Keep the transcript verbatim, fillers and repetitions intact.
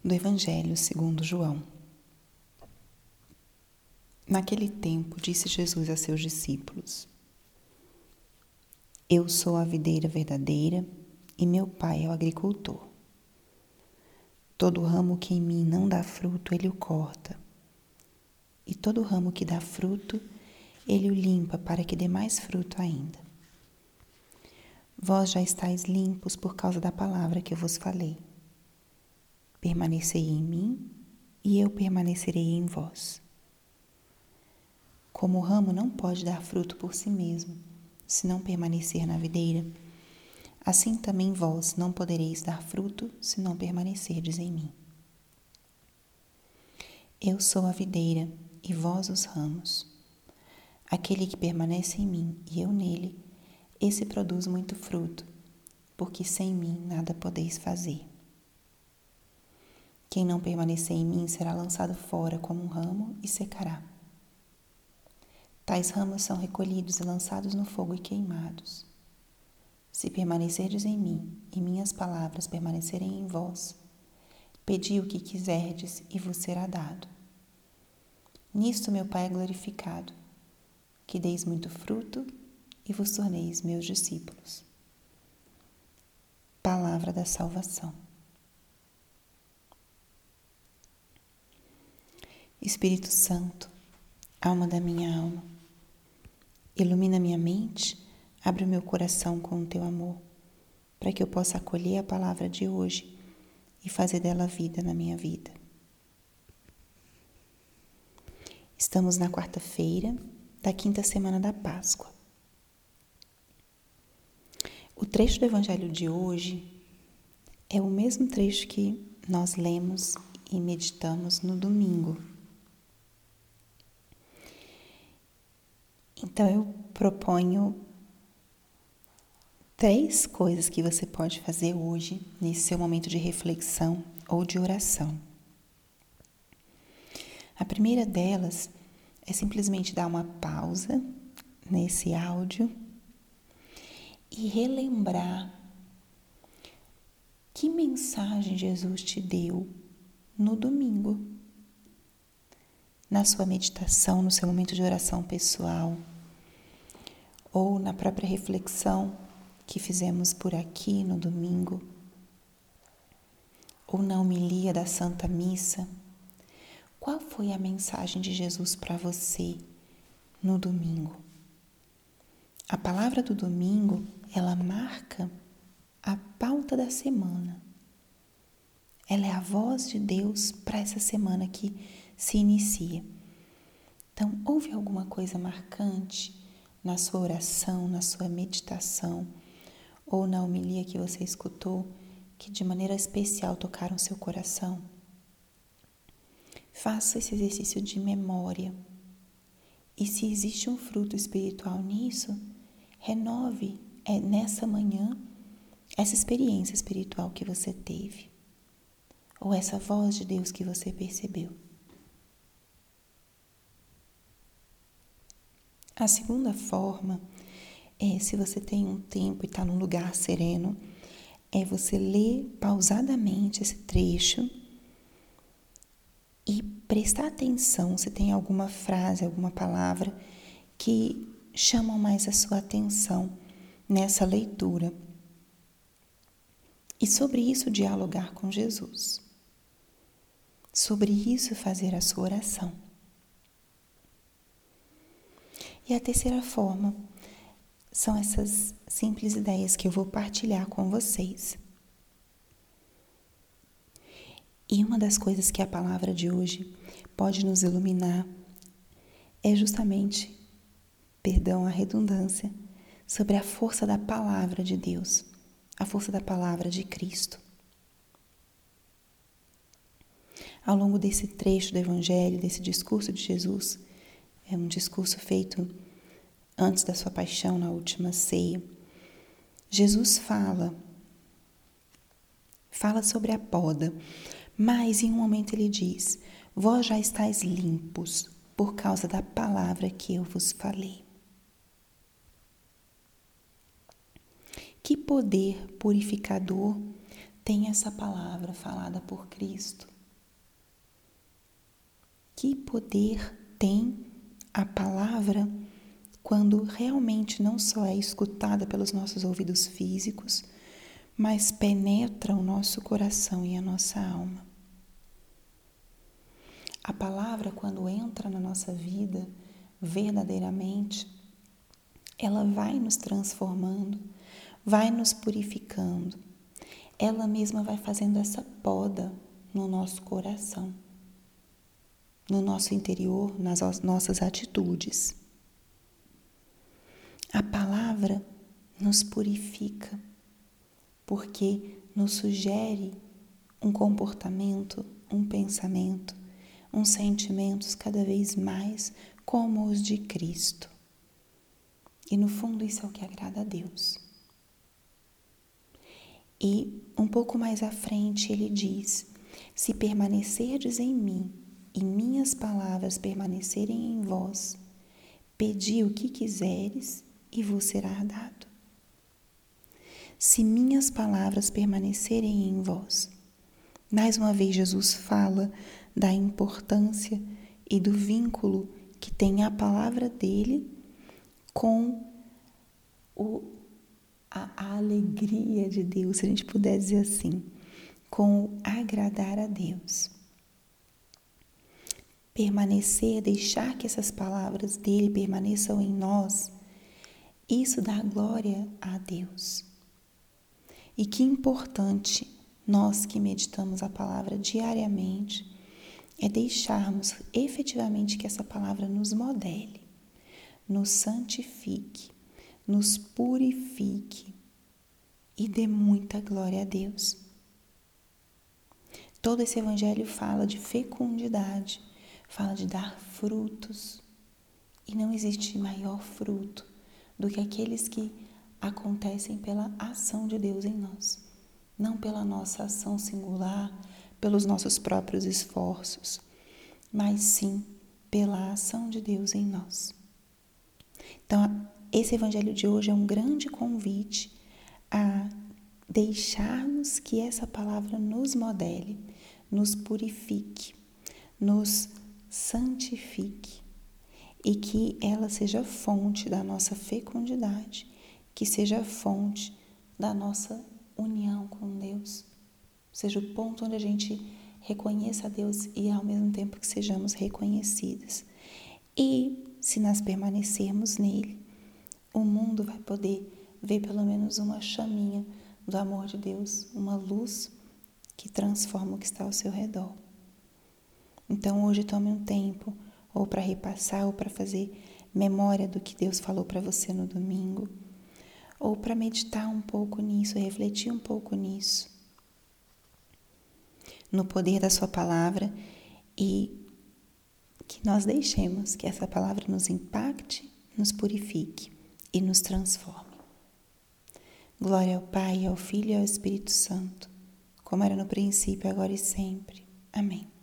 do Evangelho segundo João. Naquele tempo, disse Jesus a seus discípulos: Eu sou a videira verdadeira e meu Pai é o agricultor. Todo ramo que em mim não dá fruto, ele o corta. E todo ramo que dá fruto, ele o limpa para que dê mais fruto ainda. Vós já estáis limpos por causa da palavra que eu vos falei. Permanecei em mim e eu permanecerei em vós. Como o ramo não pode dar fruto por si mesmo, se não permanecer na videira, assim também vós não podereis dar fruto se não permanecerdes em mim. Eu sou a videira e vós os ramos. Aquele que permanece em mim e eu nele, esse produz muito fruto, porque sem mim nada podeis fazer. Quem não permanecer em mim será lançado fora como um ramo e secará. Tais ramos são recolhidos e lançados no fogo e queimados. Se permanecerdes em mim e minhas palavras permanecerem em vós, pedi o que quiserdes e vos será dado. Nisto meu Pai é glorificado, que deis muito fruto e vos torneis meus discípulos. Palavra da salvação. Espírito Santo, alma da minha alma, ilumina minha mente, abre o meu coração com o teu amor, para que eu possa acolher a palavra de hoje e fazer dela vida na minha vida. Estamos na quarta-feira da quinta semana da Páscoa. O trecho do Evangelho de hoje é o mesmo trecho que nós lemos e meditamos no domingo. Então eu proponho três coisas que você pode fazer hoje, nesse seu momento de reflexão ou de oração. A primeira delas é simplesmente dar uma pausa nesse áudio e relembrar que mensagem Jesus te deu no domingo, na sua meditação, no seu momento de oração pessoal, ou na própria reflexão que fizemos por aqui no domingo, ou na homilia da Santa Missa. Qual foi a mensagem de Jesus para você no domingo? A palavra do domingo, ela marca a pauta da semana. Ela é a voz de Deus para essa semana que se inicia. Então, houve alguma coisa marcante na sua oração, na sua meditação, ou na homilia que você escutou, que de maneira especial tocaram seu coração? Faça esse exercício de memória. E se existe um fruto espiritual nisso, renove é, nessa manhã essa experiência espiritual que você teve, ou essa voz de Deus que você percebeu. A segunda forma é, se você tem um tempo e está num lugar sereno, é você ler pausadamente esse trecho e prestar atenção se tem alguma frase, alguma palavra que chamam mais a sua atenção nessa leitura. E sobre isso dialogar com Jesus. Sobre isso fazer a sua oração. E a terceira forma são essas simples ideias que eu vou partilhar com vocês. E uma das coisas que a palavra de hoje pode nos iluminar é justamente, perdão a redundância, sobre a força da palavra de Deus, a força da palavra de Cristo. Ao longo desse trecho do Evangelho, desse discurso de Jesus, é um discurso feito antes da sua paixão, na última ceia, Jesus fala, fala sobre a poda, mas em um momento ele diz: vós já estáis limpos por causa da palavra que eu vos falei. Que poder purificador tem essa palavra falada por Cristo Que poder tem a palavra quando realmente não só é escutada pelos nossos ouvidos físicos, mas penetra o nosso coração e a nossa alma. A palavra, quando entra na nossa vida, verdadeiramente, ela vai nos transformando, vai nos purificando. Ela mesma vai fazendo essa poda no nosso coração, no nosso interior, nas nossas atitudes. A palavra nos purifica, porque nos sugere um comportamento, um pensamento, uns sentimentos cada vez mais como os de Cristo. E no fundo isso é o que agrada a Deus. E um pouco mais à frente ele diz: se permanecerdes em mim e minhas palavras permanecerem em vós, pedi o que quiseres e vos será dado. Se minhas palavras permanecerem em vós. Mais uma vez Jesus fala da importância e do vínculo que tem a palavra dele com o, a, a alegria de Deus, se a gente puder dizer assim, com o agradar a Deus. Permanecer, deixar que essas palavras dele permaneçam em nós, isso dá glória a Deus. E que importante, nós que meditamos a palavra diariamente, é deixarmos efetivamente que essa palavra nos modele, nos santifique, nos purifique e dê muita glória a Deus. Todo esse evangelho fala de fecundidade, fala de dar frutos. E não existe maior fruto do que aqueles que acontecem pela ação de Deus em nós, não pela nossa ação singular, pelos nossos próprios esforços, mas sim pela ação de Deus em nós. Então, esse evangelho de hoje é um grande convite a deixarmos que essa palavra nos modele, nos purifique, nos santifique e que ela seja fonte da nossa fecundidade, que seja fonte da nossa união com Deus, seja o ponto onde a gente reconheça a Deus e ao mesmo tempo que sejamos reconhecidas. E se nós permanecermos nele, o mundo vai poder ver pelo menos uma chaminha do amor de Deus, uma luz que transforma o que está ao seu redor. Então hoje tome um tempo, ou para repassar, ou para fazer memória do que Deus falou para você no domingo, ou para meditar um pouco nisso, refletir um pouco nisso, no poder da sua palavra, e que nós deixemos que essa palavra nos impacte, nos purifique e nos transforme. Glória ao Pai, ao Filho e ao Espírito Santo, como era no princípio, agora e sempre. Amém.